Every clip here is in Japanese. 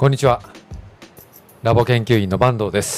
こんにちは。ラボ研究員の坂東です。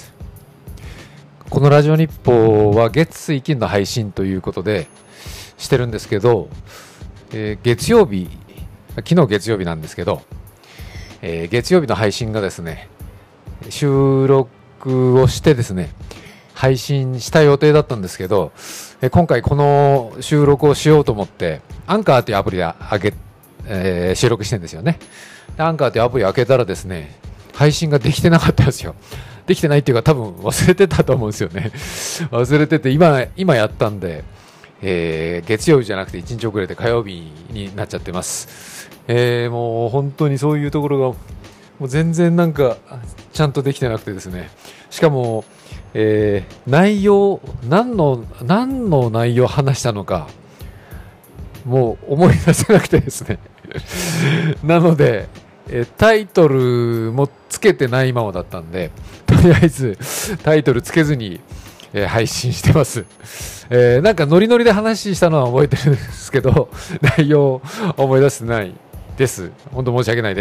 このラジオ日報は月水金の配信ということでしてるんですけど、月曜日、昨日月曜日なんですけど、月曜日の配信がですね、収録をしてですね、配信した予定だったんですけど、今回この収録をしようと思ってアンカーというアプリで収録してるんですよね。アンカーというアプリを開けたらですね、配信ができてなかったんですよ。できてないっていうか多分忘れてたと思うんですよね。忘れてて今やったんで、月曜日じゃなくて1日遅れて火曜日になっちゃってます。もう本当にそういうところがもう全然なんかちゃんとできてなくてですね。しかも、内容何の内容を話したのかもう思い出せなくてですね。なのでタイトルもつけてないままだったんで、とりあえずタイトルつけずに、配信してます。なんかノリノリで話したのは覚えてるんですけど、内容思い出せないです。本当申し訳ないです。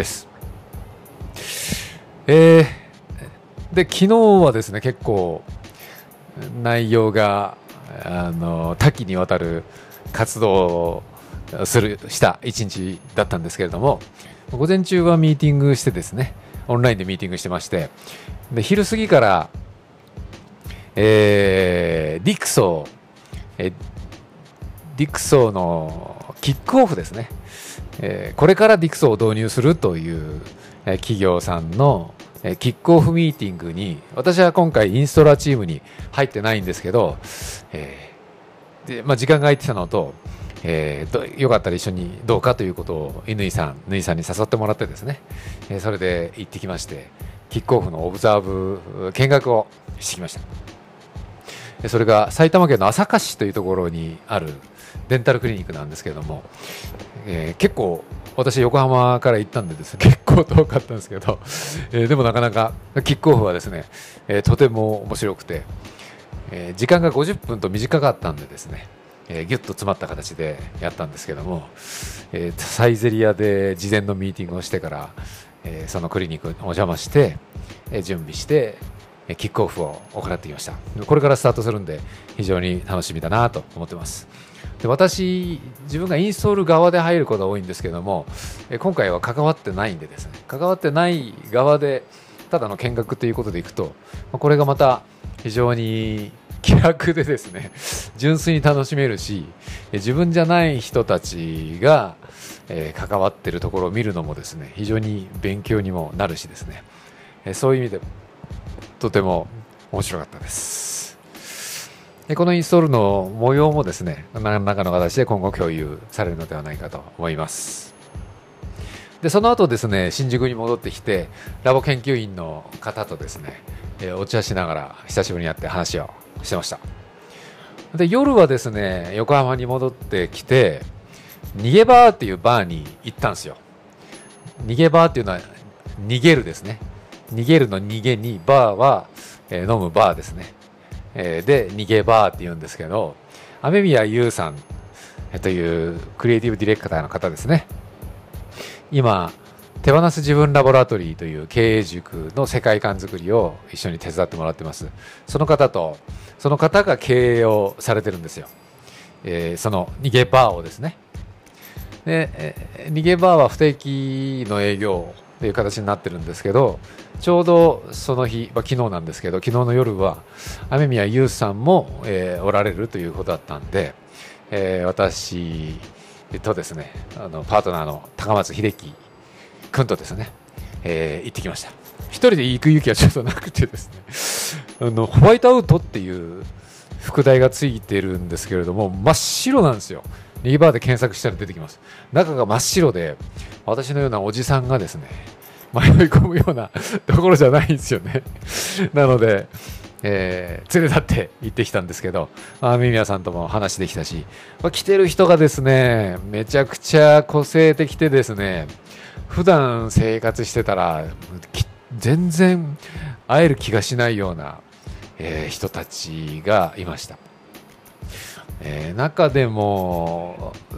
で昨日はですね、結構内容が多岐にわたる活動をした一日だったんですけれども、午前中はミーティングしてですね、オンラインでミーティングしてまして、で昼過ぎから、ディクソのキックオフですね、これからディクソを導入するという、企業さんの、キックオフミーティングに、私は今回インストラチームに入ってないんですけど、時間が空いてたのと、よかったら一緒にどうかということをぬいさんに誘ってもらってですね、それで行ってきまして、キックオフのオブザーブ見学をしてきました。それが埼玉県の朝霞市というところにあるデンタルクリニックなんですけれども、結構私横浜から行ったんでですね、結構遠かったんですけど、でもなかなかキックオフはですね、とても面白くて、時間が50分と短かったんでですね、ギュッと詰まった形でやったんですけども、サイゼリヤで事前のミーティングをしてから、そのクリニックにお邪魔して、準備してキックオフを行ってきました。これからスタートするんで非常に楽しみだなと思ってます。で、自分がインストール側で入ることが多いんですけども、今回は関わってないんでですね、関わってない側でただの見学ということでいくと、これがまた非常に気楽でですね、純粋に楽しめるし、自分じゃない人たちが、関わっているところを見るのもですね、非常に勉強にもなるしですね、そういう意味でとても面白かったです。このインストールの模様もですね、何らかの形で今後共有されるのではないかと思います。でその後ですね、新宿に戻ってきてラボ研究員の方とですね、お茶しながら久しぶりに会って話をしてました。で夜はですね、横浜に戻ってきて逃げバーっていうバーに行ったんですよ。逃げバーっていうのは逃げるですね。逃げるの逃げに、バーは、飲むバーですね。で逃げバーって言うんですけど、雨宮優さん、というクリエイティブディレクターの方ですね。今手放す自分ラボラトリーという経営塾の世界観づくりを一緒に手伝ってもらってます。その方が経営をされてるんですよ。その逃げバーをですね。で、逃げバーは不定期の営業という形になってるんですけど、ちょうどその日、昨日なんですけど、昨日の夜は雨宮優さんも、おられるということだったんで、私とですね、パートナーの高松秀樹君とですね、行ってきました。一人で行く勇気はちょっとなくてですね、ホワイトアウトっていう副題がついてるんですけれども、真っ白なんですよ。逃げバーで検索したら出てきます。中が真っ白で、私のようなおじさんがですね、迷い込むようなところじゃないんですよね。なので、連れ立って行ってきたんですけど、雨宮さんとも話できたし、来てる人がですね、めちゃくちゃ個性的でですね、普段生活してたら全然会える気がしないような、人たちがいました。中でもと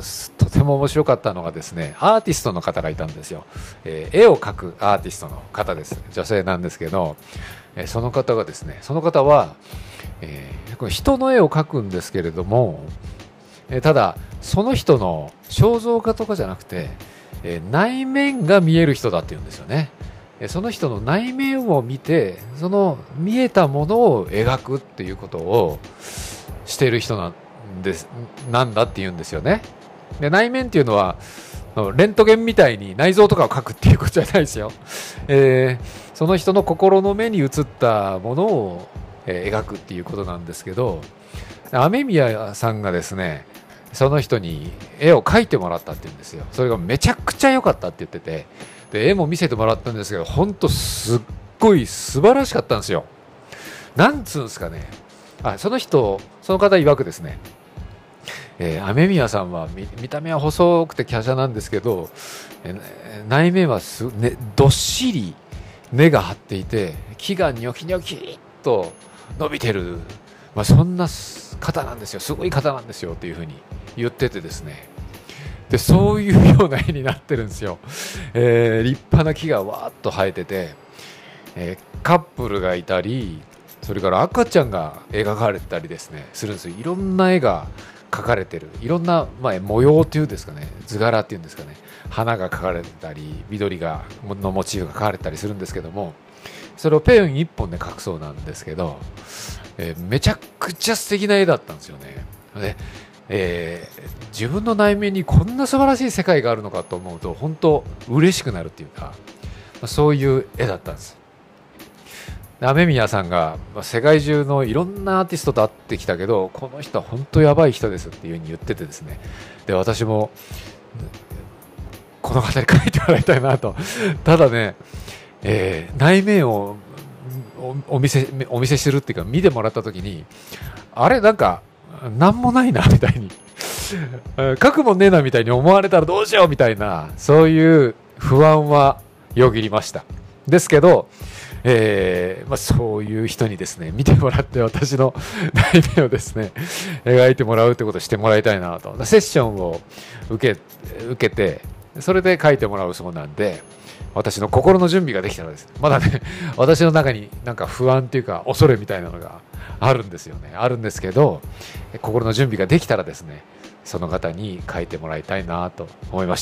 とても面白かったのがですね、アーティストの方がいたんですよ。絵を描くアーティストの方です。女性なんですけど、その方がですね、その方は、これ人の絵を描くんですけれども、ただその人の肖像画とかじゃなくて、内面が見える人だっていうんですよね。その人の内面を見て、その見えたものを描くっていうことをしている人なんだっていうんですよね。で、内面っていうのはレントゲンみたいに内臓とかを描くっていうことじゃないですよ。その人の心の目に映ったものを、描くっていうことなんですけど、雨宮さんがですね、その人に絵を描いてもらったって言うんですよ。それがめちゃくちゃ良かったって言ってて、で絵も見せてもらったんですけど、本当すっごい素晴らしかったんですよ。なんつうんですかね。その方曰くですね、雨宮さんは見た目は細くて華奢なんですけど、内面はどっしり根が張っていて、木がニョキニョキっと伸びてる、そんな方なんですよ。すごい方なんですよっていうふうに言っててですね、でそういうような絵になってるんですよ。立派な木がわーっと生えてて、カップルがいたり、それから赤ちゃんが描かれたりですねするんですよ。いろんな絵が描かれてる、いろんな、模様っていうんですかね、図柄っていうんですかね、花が描かれたり、緑のモチーフが描かれたりするんですけども、それをペン一本で描くそうなんですけど、めちゃくちゃ素敵な絵だったんですよね。で、自分の内面にこんな素晴らしい世界があるのかと思うと、本当嬉しくなるっていうか、そういう絵だったんです。雨宮さんが世界中のいろんなアーティストと会ってきたけど、この人は本当やばい人ですっていう風に言っててですね、で私もこの方に書いてもらいたいなと。ただね、内面をお見せするっていうか、見てもらった時に、あれなんかなんもないなみたいに書くもんねえなみたいに思われたらどうしようみたいな、そういう不安はよぎりました。ですけど、そういう人にですね見てもらって、私の内面をですね描いてもらうってことをしてもらいたいなと。セッションを受けて、それで書いてもらうそうなんで、私の心の準備ができたらですね、まだね私の中になんか不安っていうか恐れみたいなのがあるんですよね。あるんですけど、心の準備ができたらですね、その方に書いてもらいたいなと思いました。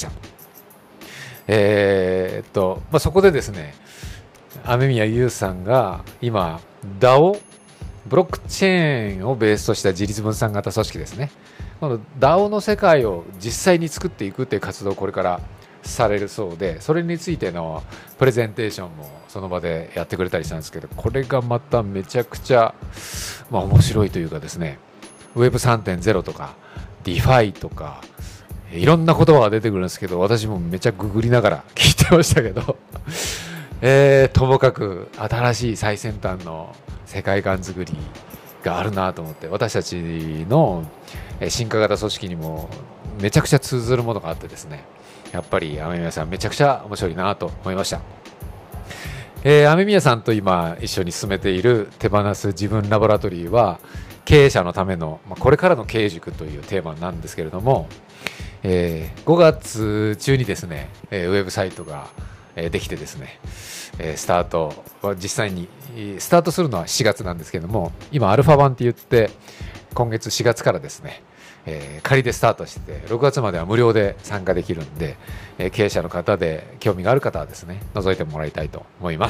そこでですね、雨宮優さんが今 DAO、 ブロックチェーンをベースとした自立分散型組織ですね、この DAO の世界を実際に作っていくっていう活動をこれからされるそうで、それについてのプレゼンテーションもその場でやってくれたりしたんですけど、これがまためちゃくちゃ、面白いというかですね、 Web3.0 とか DeFi とかいろんな言葉が出てくるんですけど、私もめちゃググりながら聞いてましたけどともかく新しい最先端の世界観づくりがあるなと思って、私たちの進化型組織にもめちゃくちゃ通ずるものがあってですね、やっぱり雨宮さんめちゃくちゃ面白いなと思いました。雨宮さんと今一緒に進めている手放す自分ラボラトリーは、経営者のための、これからの経営塾というテーマなんですけれども、5月中にですね、ウェブサイトができてですね、スタートは実際にスタートするのは4月なんですけども、今アルファ版って言って今月4月からですね、仮でスタートして6月までは無料で参加できるんで、経営者の方で興味がある方はですね覗いてもらいたいと思います。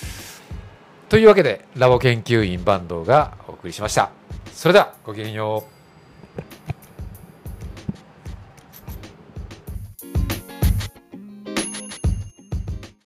というわけでラボ研究員坂東がお送りしました。それではごきげんよう。